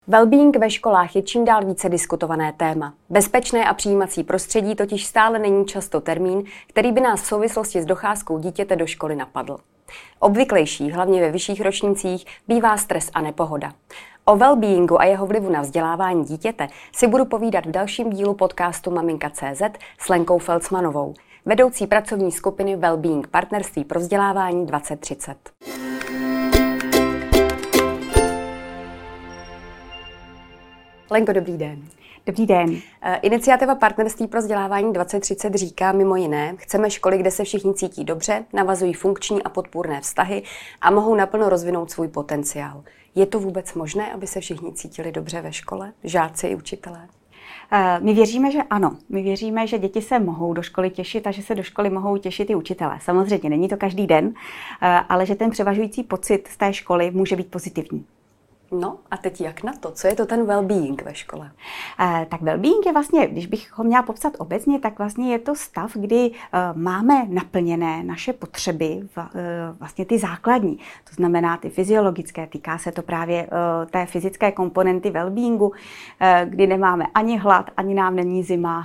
Wellbeing ve školách je čím dál více diskutované téma. Bezpečné a přijímací prostředí totiž stále není často termín, který by nás v souvislosti s docházkou dítěte do školy napadl. Obvyklejší, hlavně ve vyšších ročnících, bývá stres a nepohoda. O wellbeingu a jeho vlivu na vzdělávání dítěte si budu povídat v dalším dílu podcastu Maminka.cz s Lenkou Felcmanovou, vedoucí pracovní skupiny Wellbeing Partnerství pro vzdělávání 2030. Lenko, dobrý den. Dobrý den. Iniciativa Partnerství pro vzdělávání 2030 říká mimo jiné, chceme školy, kde se všichni cítí dobře, navazují funkční a podpůrné vztahy a mohou naplno rozvinout svůj potenciál. Je to vůbec možné, aby se všichni cítili dobře ve škole, žáci i učitelé? My věříme, že ano. My věříme, že děti se mohou do školy těšit a že se do školy mohou těšit i učitelé. Samozřejmě není to každý den, ale že ten převažující pocit z té školy může být pozitivní. No a teď jak na to? Co je to ten wellbeing ve škole? Tak wellbeing je vlastně, když bych ho měla popsat obecně, tak vlastně je to stav, kdy máme naplněné naše potřeby, vlastně ty základní, to znamená ty fyziologické, týká se to právě té fyzické komponenty wellbeingu, kdy nemáme ani hlad, ani nám není zima,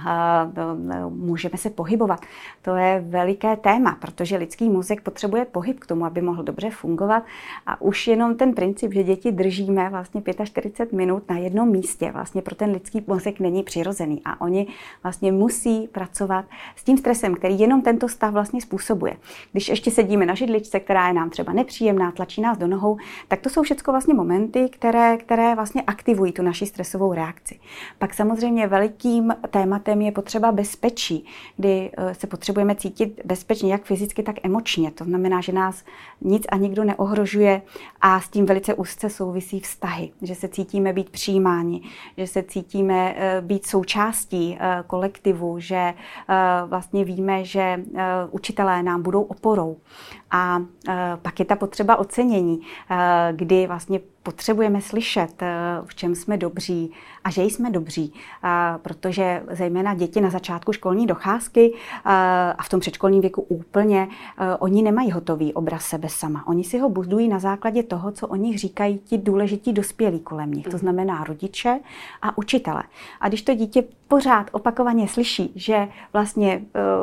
můžeme se pohybovat. To je veliké téma, protože lidský mozek potřebuje pohyb k tomu, aby mohl dobře fungovat a už jenom ten princip, že děti drží vlastně 45 minut na jednom místě, vlastně pro ten lidský mozek není přirozený a oni vlastně musí pracovat s tím stresem, který jenom tento stav vlastně způsobuje. Když ještě sedíme na židličce, která je nám třeba nepříjemná, tlačí nás do nohou, tak to jsou všechno vlastně momenty, které vlastně aktivují tu naši stresovou reakci. Pak samozřejmě velikým tématem je potřeba bezpečí, kdy se potřebujeme cítit bezpečně jak fyzicky, tak emočně. To znamená, že nás nic a nikdo neohrožuje a s tím velice úzce souvisí vztahy, že se cítíme být přijímáni, že se cítíme být součástí kolektivu, že vlastně víme, že učitelé nám budou oporou. A pak je ta potřeba ocenění, kdy vlastně potřebujeme slyšet, v čem jsme dobří a že jsme dobří, protože zejména děti na začátku školní docházky a v tom předškolním věku úplně, oni nemají hotový obraz sebe sama. Oni si ho budují na základě toho, co o nich říkají ti důležití dospělí kolem nich, to znamená rodiče a učitele. A když to dítě pořád opakovaně slyší, že vlastně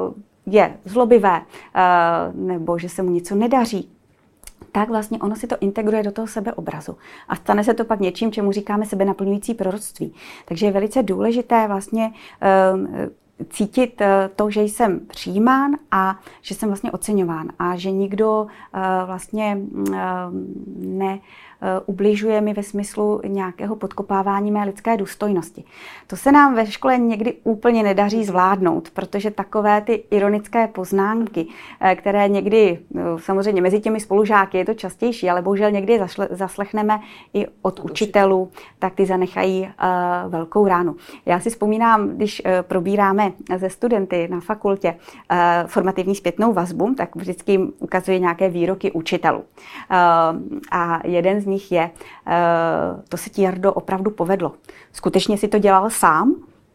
je zlobivé nebo že se mu něco nedaří, tak vlastně ono si to integruje do toho sebeobrazu. A stane se to pak něčím, čemu říkáme sebenaplňující proroctví. Takže je velice důležité vlastně cítit to, že jsem přijímán a že jsem vlastně oceňován a že nikdo vlastně ubližuje mi ve smyslu nějakého podkopávání mé lidské důstojnosti. To se nám ve škole někdy úplně nedaří zvládnout, protože takové ty ironické poznámky, které někdy, samozřejmě mezi těmi spolužáky je to častější, ale bohužel někdy zaslechneme i od učitelů, tak ty zanechají velkou ránu. Já si vzpomínám, když probíráme ze studenty na fakultě formativní zpětnou vazbu, tak vždycky ukazuje nějaké výroky učitelů. A jeden z nich je, to se ti, Jardo, opravdu povedlo. Skutečně si to dělal sám?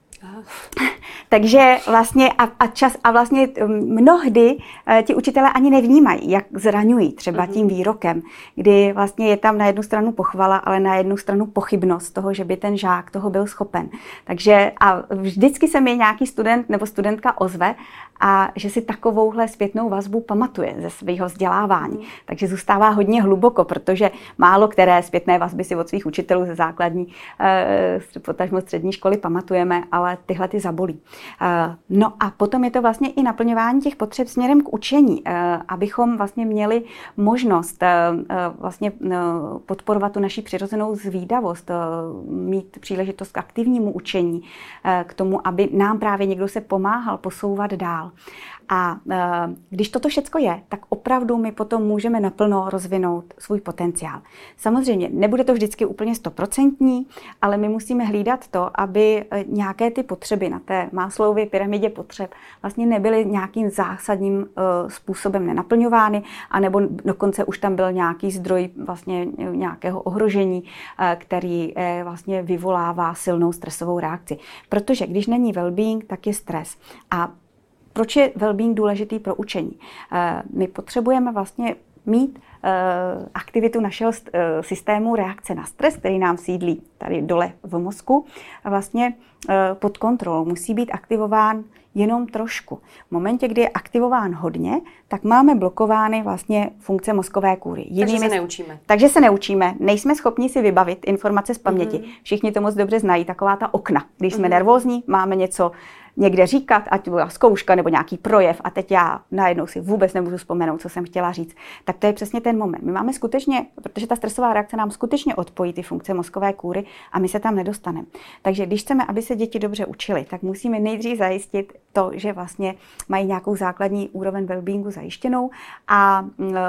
Takže vlastně a vlastně mnohdy ti učitelé ani nevnímají, jak zraňují třeba tím výrokem, kdy vlastně je tam na jednu stranu pochvala, ale na jednu stranu pochybnost toho, že by ten žák toho byl schopen. Takže a vždycky se mi nějaký student nebo studentka ozve a že si takovouhle zpětnou vazbu pamatuje ze svého vzdělávání. Takže zůstává hodně hluboko, protože málo které zpětné vazby si od svých učitelů ze základní, potažmo střední školy pamatujeme, ale tyhle ty zabolí. No a potom je to vlastně i naplňování těch potřeb směrem k učení, abychom vlastně měli možnost vlastně podporovat tu naši přirozenou zvídavost, mít příležitost k aktivnímu učení, k tomu, aby nám právě někdo se pomáhal posouvat dál. A když toto všecko je, tak opravdu my potom můžeme naplno rozvinout svůj potenciál. Samozřejmě nebude to vždycky úplně 100%, ale my musíme hlídat to, aby nějaké ty potřeby na té Maslowově pyramidě potřeb vlastně nebyly nějakým zásadním způsobem nenaplňovány, anebo dokonce už tam byl nějaký zdroj vlastně nějakého ohrožení, který vlastně vyvolává silnou stresovou reakci. Protože když není well-being, tak je stres. A proč je wellbeing důležitý pro učení? My potřebujeme vlastně mít aktivitu našeho systému reakce na stres, který nám sídlí tady dole v mozku, vlastně pod kontrolou. Musí být aktivován jenom trošku. V momentě, kdy je aktivován hodně, tak máme blokovány vlastně funkce mozkové kůry. Takže se neučíme. Nejsme schopni si vybavit informace z paměti. Všichni to moc dobře znají, taková ta okna. Když jsme nervózní, máme něco někde říkat, ať to byla zkouška nebo nějaký projev a teď já najednou si vůbec nemůžu vzpomenout, co jsem chtěla říct. Tak to je přesně ten moment. My máme skutečně, protože ta stresová reakce nám skutečně odpojí ty funkce mozkové kůry a my se tam nedostaneme. Takže když chceme, aby se děti dobře učily, tak musíme nejdřív zajistit to, že vlastně mají nějakou základní úroveň wellbeingu zajištěnou a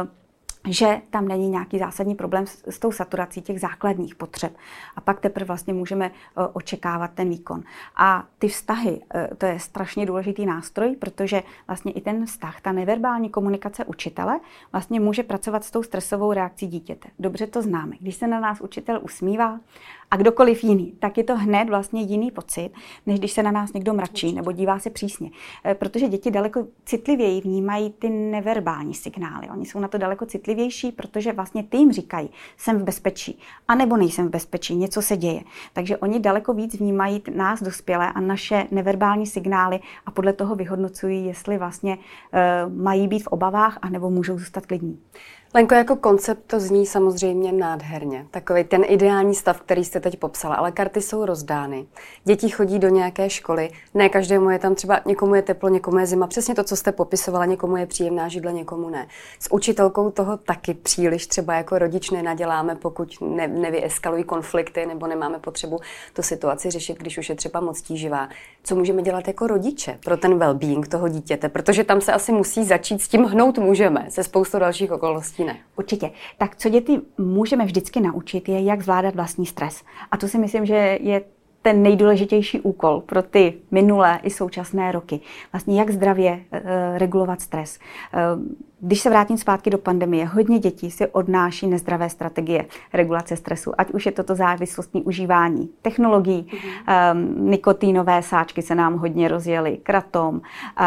že tam není nějaký zásadní problém s tou saturací těch základních potřeb. A pak teprve vlastně můžeme očekávat ten výkon. A ty vztahy, to je strašně důležitý nástroj, protože vlastně i ten vztah, ta neverbální komunikace učitele vlastně může pracovat s tou stresovou reakcí dítěte. Dobře to známe. Když se na nás učitel usmívá a kdokoliv jiný, tak je to hned vlastně jiný pocit, než když se na nás někdo mračí nebo dívá se přísně. Protože děti daleko citlivěji vnímají ty neverbální signály. Oni jsou na to daleko citlivější, protože vlastně ty jim říkají, jsem v bezpečí, anebo nejsem v bezpečí, něco se děje. Takže oni daleko víc vnímají nás dospělé a naše neverbální signály a podle toho vyhodnocují, jestli vlastně mají být v obavách, anebo můžou zůstat klidní. Lenko, jako koncept to zní samozřejmě nádherně. Takový ten ideální stav, který jste teď popsala, ale karty jsou rozdány. Děti chodí do nějaké školy, ne každému je tam třeba, někomu je teplo, někomu je zima, přesně to, co jste popisovala, někomu je příjemná židle, někomu ne. S učitelkou toho taky příliš třeba jako rodič nenaděláme, pokud nevyeskalují konflikty nebo nemáme potřebu tu situaci řešit, když už je třeba moc tíživá. Co můžeme dělat jako rodiče pro ten well-being toho dítěte, protože tam se asi musí začít, s tím hnout můžeme, se spoustou dalších okolností ne. Určitě. Tak co děti můžeme vždycky naučit, je, jak zvládat vlastní stres. A to si myslím, že je ten nejdůležitější úkol pro ty minulé i současné roky. Vlastně jak zdravě regulovat stres. Když se vrátím zpátky do pandemie, hodně dětí si odnáší nezdravé strategie regulace stresu, ať už je toto závislostní užívání technologií, nikotínové sáčky se nám hodně rozjely, kratom,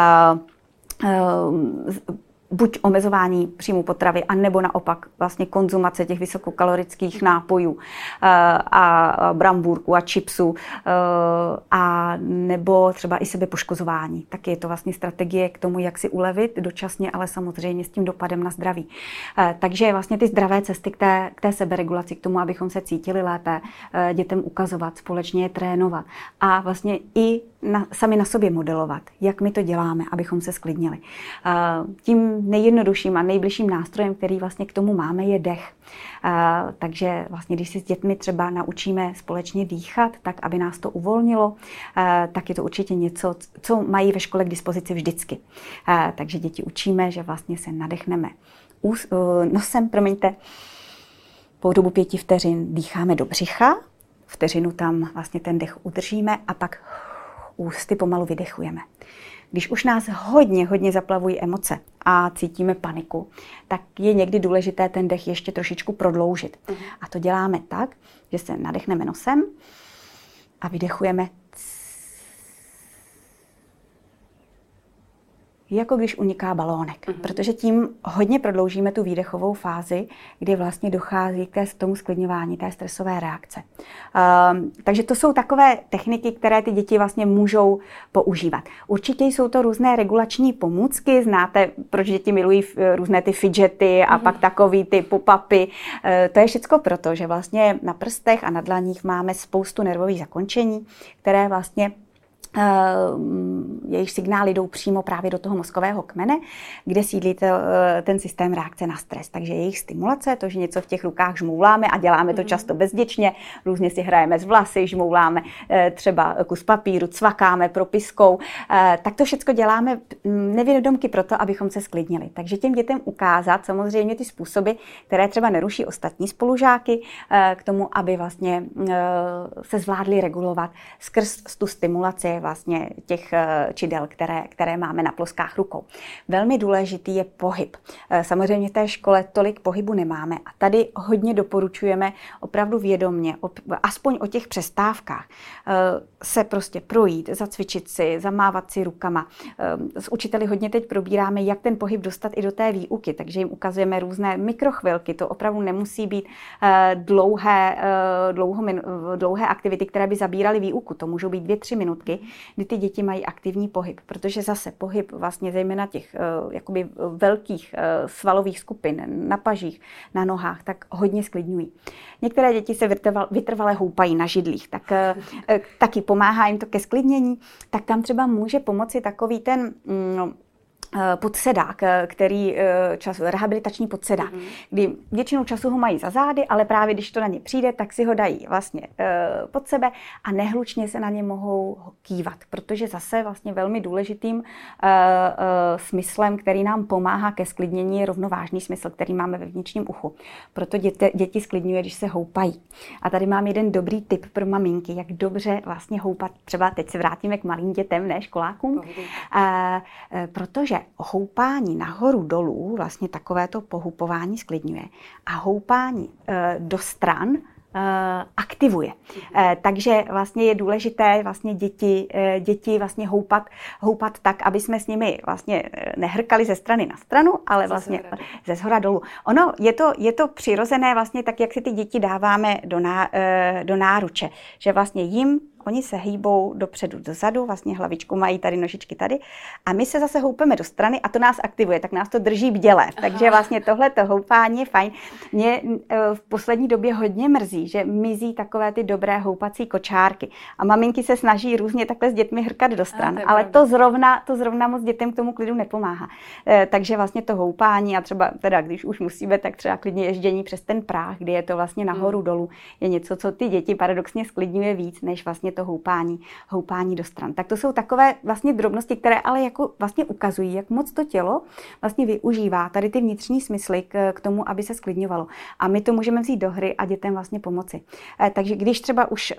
buď omezování příjmu potravy, anebo naopak vlastně konzumace těch vysokokalorických nápojů a brambůrků a chipsů a nebo třeba i sebepoškozování. Taky je to vlastně strategie k tomu, jak si ulevit dočasně, ale samozřejmě s tím dopadem na zdraví. Takže vlastně ty zdravé cesty k té seberegulaci, k tomu, abychom se cítili lépe, dětem ukazovat, společně je trénovat a vlastně i sami na sobě modelovat, jak my to děláme, abychom se sklidnili. Tím nejjednodušším a nejbližším nástrojem, který vlastně k tomu máme, je dech. Takže vlastně, když si s dětmi třeba naučíme společně dýchat, tak aby nás to uvolnilo, tak je to určitě něco, co mají ve škole k dispozici vždycky. Takže děti učíme, že vlastně se nadechneme nosem, po dobu 5 vteřin dýcháme do břicha, vteřinu tam vlastně ten dech udržíme a pak ústy pomalu vydechujeme. Když už nás hodně zaplavují emoce a cítíme paniku, tak je někdy důležité ten dech ještě trošičku prodloužit. A to děláme tak, že se nadechneme nosem a vydechujeme jako když uniká balónek, protože tím hodně prodloužíme tu výdechovou fázi, kdy vlastně dochází k tomu sklidňování té stresové reakce. Takže to jsou takové techniky, které ty děti vlastně můžou používat. Určitě jsou to různé regulační pomůcky, znáte, proč děti milují různé ty fidgety a pak takový ty pop-upy. To je všecko proto, že vlastně na prstech a na dlaních máme spoustu nervových zakončení, které vlastně jejich signály jdou přímo právě do toho mozkového kmene, kde sídlí ten systém reakce na stres. Takže jejich stimulace, to, že něco v těch rukách žmouláme a děláme to často bezděčně, různě si hrajeme s vlasy, žmouláme třeba kus papíru, cvakáme propiskou, tak to všechno děláme nevědomky proto, abychom se sklidnili. Takže těm dětem ukázat samozřejmě ty způsoby, které třeba neruší ostatní spolužáky, k tomu, aby vlastně se zvládli regulovat skrz tu stimulaci kontrole vlastně těch čidel, které máme na ploskách rukou. Velmi důležitý je pohyb. Samozřejmě v té škole tolik pohybu nemáme a tady hodně doporučujeme opravdu vědomě, aspoň o těch přestávkách, se prostě projít, zacvičit si, zamávat si rukama. S učiteli hodně teď probíráme, jak ten pohyb dostat i do té výuky, takže jim ukazujeme různé mikrochvilky. To opravdu nemusí být dlouhé aktivity, které by zabíraly výuku. To můžou být 2-3 minutky, kdy ty děti mají aktivní pohyb, protože zase pohyb vlastně zejména těch jakoby velkých svalových skupin na pažích, na nohách, tak hodně sklidňují. Některé děti se vytrvale houpají na židlích, tak taky pomáhá jim to ke sklidnění, tak tam třeba může pomoci takový ten podsedák, rehabilitační podsedák, kdy většinou času ho mají za zády, ale právě když to na ně přijde, tak si ho dají vlastně pod sebe a nehlučně se na ně mohou kývat, protože zase vlastně velmi důležitým smyslem, který nám pomáhá ke sklidnění, je rovnovážný smysl, který máme ve vnitřním uchu. Proto děti sklidňuje, když se houpají. A tady mám jeden dobrý tip pro maminky, jak dobře vlastně houpat. Třeba teď se vrátíme k malým dětem, ne školákům, protože houpání nahoru dolů, vlastně takovéto pohupování sklidňuje a houpání do stran aktivuje. Takže vlastně je důležité vlastně děti vlastně houpat tak, aby jsme s nimi vlastně nehrkali ze strany na stranu, ale vlastně ze shora dolů. Ono je to přirozené vlastně tak, jak si ty děti dáváme do náruče, že vlastně oni se hýbou dopředu, dozadu, vlastně hlavičku mají tady, nožičky tady a my se zase houpeme do strany a to nás aktivuje, tak nás to drží bděle. Takže vlastně tohleto houpání je fajn. Mě v poslední době hodně mrzí, že mizí takové ty dobré houpací kočárky a maminky se snaží různě takhle s dětmi hrkat do stran, ale to zrovna moc dětem k tomu klidu nepomáhá. Takže vlastně to houpání a třeba teda, když už musíme, tak třeba klidně ježdění přes ten práh, kdy je to vlastně nahoru dolů, je něco, co ty děti paradoxně sklidňuje víc, než vlastně to houpání do stran. Tak to jsou takové vlastně drobnosti, které ale jako vlastně ukazují, jak moc to tělo vlastně využívá tady ty vnitřní smysly k tomu, aby se sklidňovalo. A my to můžeme vzít do hry a dětem vlastně pomoci. Takže když třeba už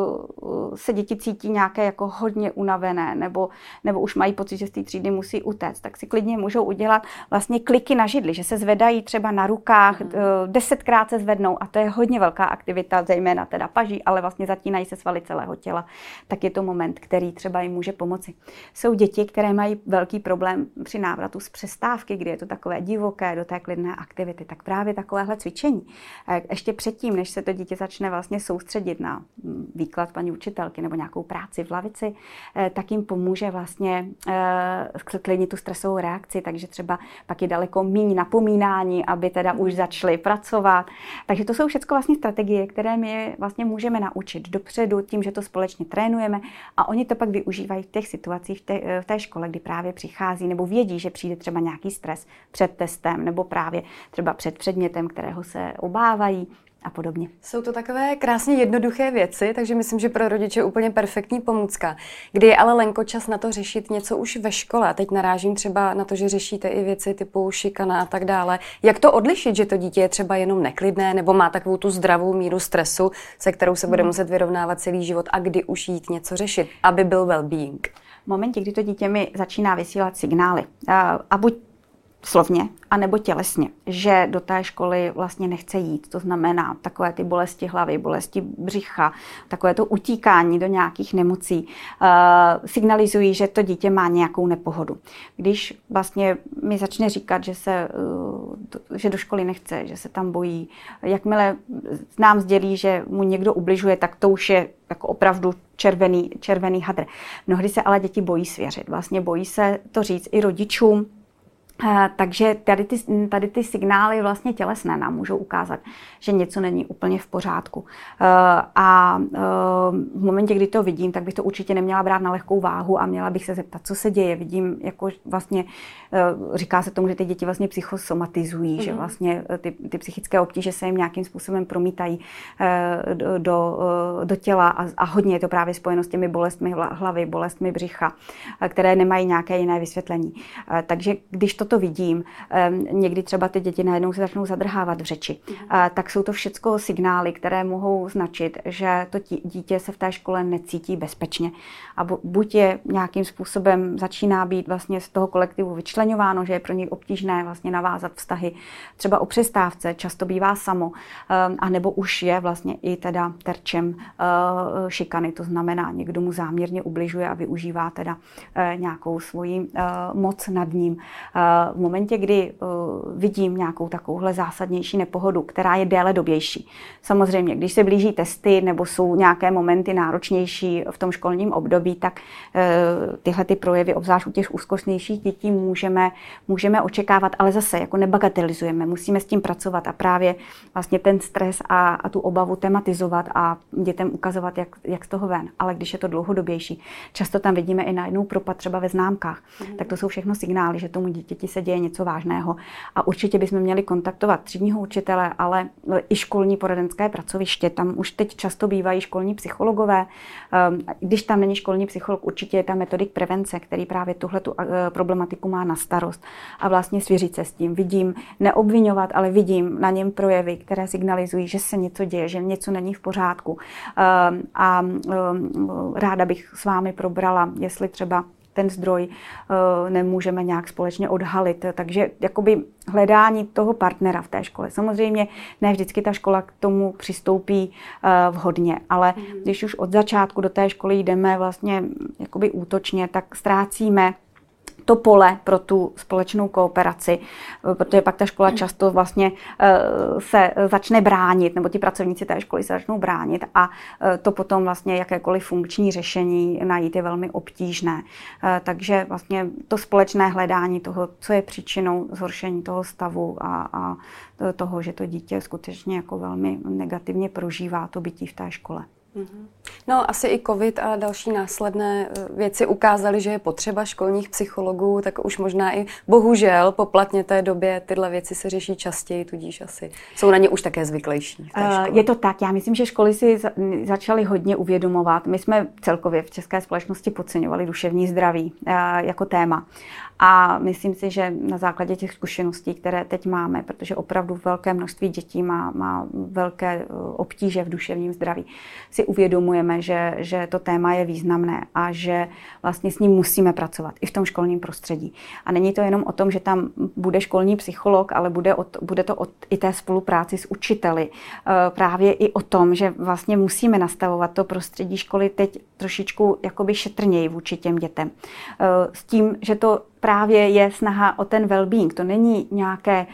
se děti cítí nějaké jako hodně unavené nebo už mají pocit, že z té třídy musí utéct, tak si klidně můžou udělat vlastně kliky na židli, že se zvedají třeba na rukách, 10krát se zvednou a to je hodně velká aktivita, zejména teda paží, ale vlastně zatínají se svaly celého těla. Tak je to moment, který třeba jim může pomoci. Jsou děti, které mají velký problém při návratu z přestávky, kdy je to takové divoké do té klidné aktivity. Tak právě takovéhle cvičení. Ještě předtím, než se to dítě začne vlastně soustředit na výklad paní učitelky nebo nějakou práci v lavici, tak jim pomůže vlastně sklidnit tu stresovou reakci, takže třeba pak je daleko míň napomínání, aby teda už začali pracovat. Takže to jsou všechno vlastně strategie, které my vlastně můžeme naučit dopředu tím, že to společně trénujeme a oni to pak využívají v těch situacích v té škole, kdy právě přichází nebo vědí, že přijde třeba nějaký stres před testem nebo právě třeba před předmětem, kterého se obávají a podobně. Jsou to takové krásně jednoduché věci, takže myslím, že pro rodiče je úplně perfektní pomůcka. Kdy je ale, Lenko, čas na to řešit něco už ve škole? A teď narážím třeba na to, že řešíte i věci typu šikana a tak dále. Jak to odlišit, že to dítě je třeba jenom neklidné nebo má takovou tu zdravou míru stresu, se kterou se bude muset vyrovnávat celý život a kdy už jít něco řešit, aby byl well-being? V momentě, kdy to dítě mi začíná vysílat signály a buď slovně, anebo tělesně, že do té školy vlastně nechce jít. To znamená takové ty bolesti hlavy, bolesti břicha, takové to utíkání do nějakých nemocí, signalizují, že to dítě má nějakou nepohodu. Když vlastně mi začne říkat, že do školy nechce, že se tam bojí, jakmile nám sdělí, že mu někdo ubližuje, tak to už je jako opravdu červený hadr. Mnohdy se ale děti bojí svěřit. Vlastně bojí se to říct i rodičům. Takže tady ty signály vlastně tělesné nám můžou ukázat, že něco není úplně v pořádku. A v momentě, kdy to vidím, tak bych to určitě neměla brát na lehkou váhu a měla bych se zeptat, co se děje. Vidím, jako vlastně říká se tomu, že ty děti vlastně psychosomatizují, že vlastně ty psychické obtíže se jim nějakým způsobem promítají do těla a hodně je to právě spojeno s těmi bolestmi hlavy, bolestmi břicha, které nemají nějaké jiné vysvětlení. Takže když to často to vidím, někdy třeba ty děti najednou se začnou zadrhávat v řeči, tak jsou to všechno signály, které mohou značit, že to dítě se v té škole necítí bezpečně. A buď je nějakým způsobem začíná být vlastně z toho kolektivu vyčleňováno, že je pro něj obtížné vlastně navázat vztahy, třeba o přestávce, často bývá samo, anebo už je vlastně i teda terčem šikany, to znamená, někdo mu záměrně ubližuje a využívá teda nějakou svoji moc nad ním. V momentě, kdy vidím nějakou takovouhle zásadnější nepohodu, která je déledobější. Samozřejmě, když se blíží testy nebo jsou nějaké momenty náročnější v tom školním období, tak tyhle ty projevy, obzvlášť u těch úzkostnějších dětí, můžeme očekávat, ale zase jako nebagatelizujeme, musíme s tím pracovat a právě vlastně ten stres a tu obavu tematizovat a dětem ukazovat, jak z toho ven. Ale když je to dlouhodobější, často tam vidíme i najednou propad třeba ve známkách, tak to jsou všechno signály, že tomu dítěti se děje něco vážného. A určitě bychom měli kontaktovat třídního učitele, ale i školní poradenské pracoviště. Tam už teď často bývají školní psychologové. Když tam není školní psycholog, určitě je tam metodik prevence, který právě tuhletu problematiku má na starost. A vlastně svěřit se s tím. Vidím, neobvinovat, ale vidím na něm projevy, které signalizují, že se něco děje, že něco není v pořádku. A ráda bych s vámi probrala, jestli třeba ten zdroj nemůžeme nějak společně odhalit. Takže jakoby hledání toho partnera v té škole. Samozřejmě ne vždycky ta škola k tomu přistoupí vhodně, ale když už od začátku do té školy jdeme vlastně jakoby útočně, tak ztrácíme to pole pro tu společnou kooperaci, protože pak ta škola často vlastně se začne bránit, nebo ti pracovníci té školy se začnou bránit a to potom vlastně jakékoliv funkční řešení najít je velmi obtížné. Takže vlastně to společné hledání toho, co je příčinou zhoršení toho stavu a toho, že to dítě skutečně jako velmi negativně prožívá to bytí v té škole. No, asi i covid a další následné věci ukázaly, že je potřeba školních psychologů, tak už možná i bohužel po platněté době tyhle věci se řeší častěji, tudíž asi jsou na ně už také zvyklejší. Je to tak, já myslím, že školy si začaly hodně uvědomovat. My jsme celkově v české společnosti podceňovali duševní zdraví jako téma. A myslím si, že na základě těch zkušeností, které teď máme, protože opravdu velké množství dětí má velké obtíže v duševním zdraví, si uvědomujeme, že to téma je významné a že vlastně s ním musíme pracovat i v tom školním prostředí. A není to jenom o tom, že tam bude školní psycholog, ale bude to i té spolupráci s učiteli. Právě i o tom, že vlastně musíme nastavovat to prostředí školy teď trošičku jakoby šetrněji vůči těm dětem. S tím, že to právě je snaha o ten well-being. To není nějaké,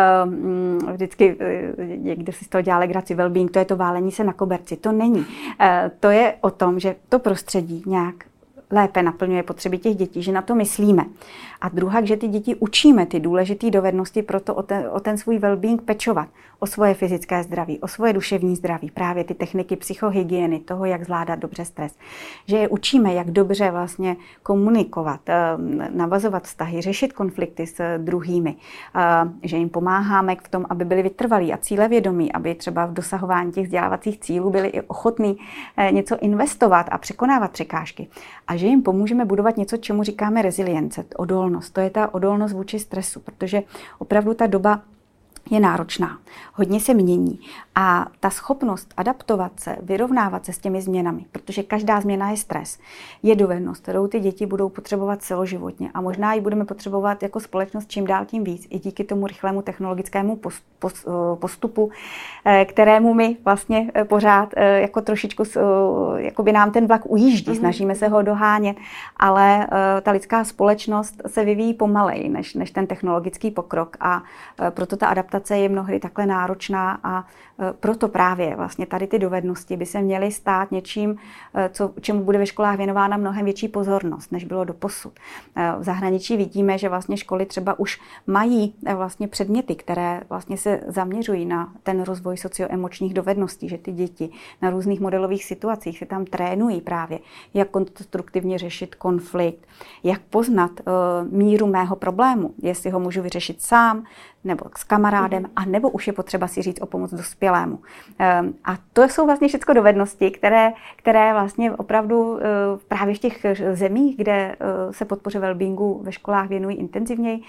vždycky někdo si z toho dělá legraci, well-being, to je to válení se na koberci. To není. To je o tom, že to prostředí nějak lépe naplňuje potřeby těch dětí, že na to myslíme. A druhá, že ty děti učíme ty důležité dovednosti pro to o ten svůj well-being pečovat, o svoje fyzické zdraví, o svoje duševní zdraví, právě ty techniky psychohygieny, toho, jak zvládat dobře stres. Že je učíme, jak dobře vlastně komunikovat, navazovat vztahy, řešit konflikty s druhými, že jim pomáháme v tom, aby byli vytrvalí a cílevědomí, aby třeba v dosahování těch vzdělávacích cílů byli i ochotní něco investovat a překonávat překážky. A že jim pomůžeme budovat něco, čemu říkáme rezilience, odolnost. To je ta odolnost vůči stresu, protože opravdu ta doba je náročná, hodně se mění a ta schopnost adaptovat se, vyrovnávat se s těmi změnami, protože každá změna je stres, je dovednost, kterou ty děti budou potřebovat celoživotně a možná ji budeme potřebovat jako společnost čím dál tím víc, i díky tomu rychlému technologickému postupu, kterému my vlastně pořád jako trošičku, jako by nám ten vlak ujíždí, snažíme se ho dohánět, ale ta lidská společnost se vyvíjí pomaleji než ten technologický pokrok a proto ta adaptace je mnohdy takhle náročná a proto právě vlastně tady ty dovednosti by se měly stát něčím, čemu bude ve školách věnována mnohem větší pozornost, než bylo doposud. V zahraničí vidíme, že vlastně školy třeba už mají vlastně předměty, které vlastně se zaměřují na ten rozvoj socioemočních dovedností, že ty děti na různých modelových situacích se tam trénují právě, jak konstruktivně řešit konflikt, jak poznat míru mého problému, jestli ho můžu vyřešit sám, nebo s kamarádem, a nebo už je potřeba si říct o pomoc dospělému. A to jsou vlastně všechno dovednosti, které vlastně opravdu právě v těch zemích, kde se podpoře wellbeingu ve školách věnují intenzivněji,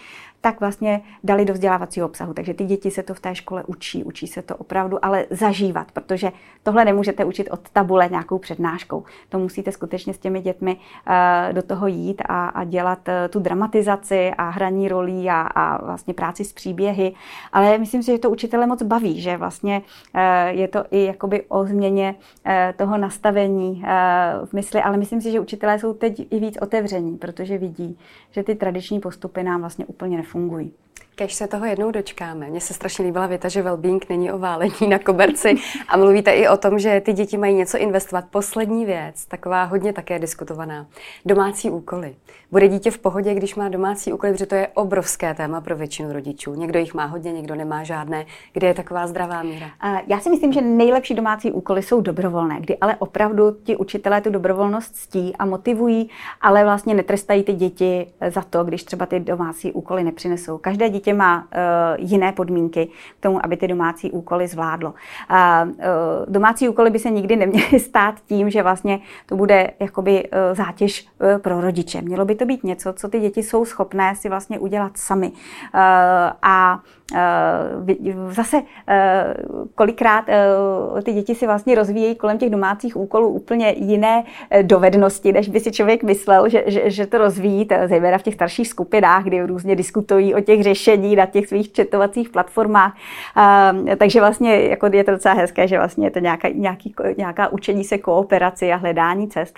tak vlastně dali do vzdělávacího obsahu. Takže ty děti se to v té škole učí se to opravdu, ale zažívat, protože tohle nemůžete učit od tabule nějakou přednáškou. To musíte skutečně s těmi dětmi do toho jít a dělat tu dramatizaci a hraní rolí a vlastně práci s příběhy. Ale myslím si, že to učitele moc baví, že vlastně je to i jakoby o změně toho nastavení v mysli, ale myslím si, že učitelé jsou teď i víc otevření, protože vidí, že ty tradiční postupy nám vlastně úplně nefungují. Kež se toho jednou dočkáme. Mně se strašně líbila věta, že well-being není o válení na koberci a mluvíte i o tom, že ty děti mají něco investovat. Poslední věc, taková hodně také diskutovaná. Domácí úkoly. Bude dítě v pohodě, když má domácí úkoly, protože to je obrovské téma pro většinu rodičů. Někdo jich má hodně, někdo nemá žádné. Kde je taková zdravá míra? Já si myslím, že nejlepší domácí úkoly jsou dobrovolné, kdy ale opravdu ti učitelé tu dobrovolnost ctí a motivují, ale vlastně netrestají ty děti za to, když třeba ty domácí úkoly nepřinesou. Každé dítě má jiné podmínky k tomu, aby ty domácí úkoly zvládlo. Domácí úkoly by se nikdy neměly stát tím, že vlastně to bude jakoby zátěž pro rodiče. Mělo by to být něco, co ty děti jsou schopné si vlastně udělat sami. A zase kolikrát ty děti si vlastně rozvíjejí kolem těch domácích úkolů úplně jiné dovednosti, než by si člověk myslel, že to rozvíjí, zejména v těch starších skupinách, kdy různě diskutují o těch řešení na těch svých chatovacích platformách. Takže vlastně jako je to docela hezké, že vlastně je to nějaká učení se kooperaci a hledání cest.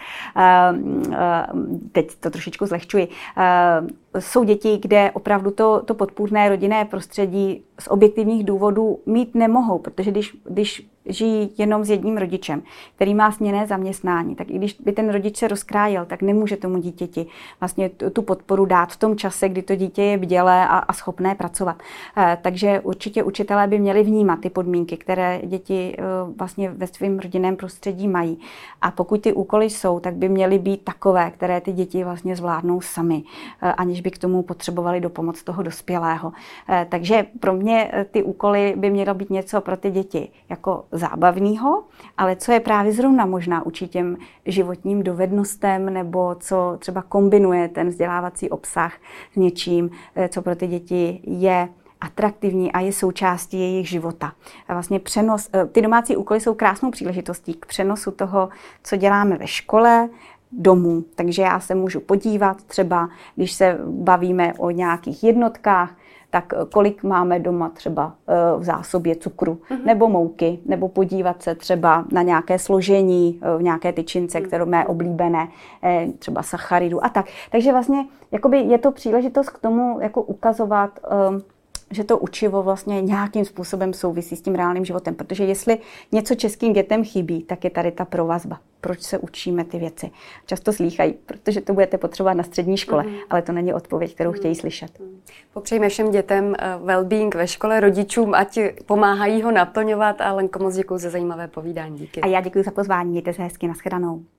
Teď to trošičku zlehčuji. Jsou děti, kde opravdu to podpůrné rodinné prostředí z objektivních důvodů mít nemohou, protože když žijí jenom s jedním rodičem, který má směnné zaměstnání, tak i když by ten rodič se rozkrájel, tak nemůže tomu dítěti vlastně tu podporu dát v tom čase, kdy to dítě je bdělé a schopné pracovat. Takže určitě učitelé by měli vnímat ty podmínky, které děti vlastně ve svém rodinném prostředí mají. A pokud ty úkoly jsou, tak by měly být takové, které ty děti vlastně zvládnou sami, aniž by k tomu potřebovali dopomoc toho dospělého. Takže pro mě ty úkoly by mělo být něco pro ty děti jako zábavného, ale co je právě zrovna možná učit těm životním dovednostem, nebo co třeba kombinuje ten vzdělávací obsah s něčím, co pro ty děti je atraktivní a je součástí jejich života. A vlastně ty domácí úkoly jsou krásnou příležitostí k přenosu toho, co děláme ve škole, domů. Takže já se můžu podívat třeba, když se bavíme o nějakých jednotkách, tak kolik máme doma třeba v zásobě cukru nebo mouky, nebo podívat se třeba na nějaké složení v nějaké tyčince, kterou mé oblíbené, třeba sacharidu a tak. Takže vlastně jakoby je to příležitost k tomu jako ukazovat, že to učivo vlastně nějakým způsobem souvisí s tím reálným životem. Protože jestli něco českým dětem chybí, tak je tady ta provazba. Proč se učíme ty věci? Často slýchají, protože to budete potřebovat na střední škole, ale to není odpověď, kterou chtějí slyšet. Popřejme všem dětem well-being ve škole, rodičům, ať pomáhají ho naplňovat. A Lenko, moc děkuji za zajímavé povídání. Díky. A já děkuji za pozvání. Mějte se hezky, nashledanou.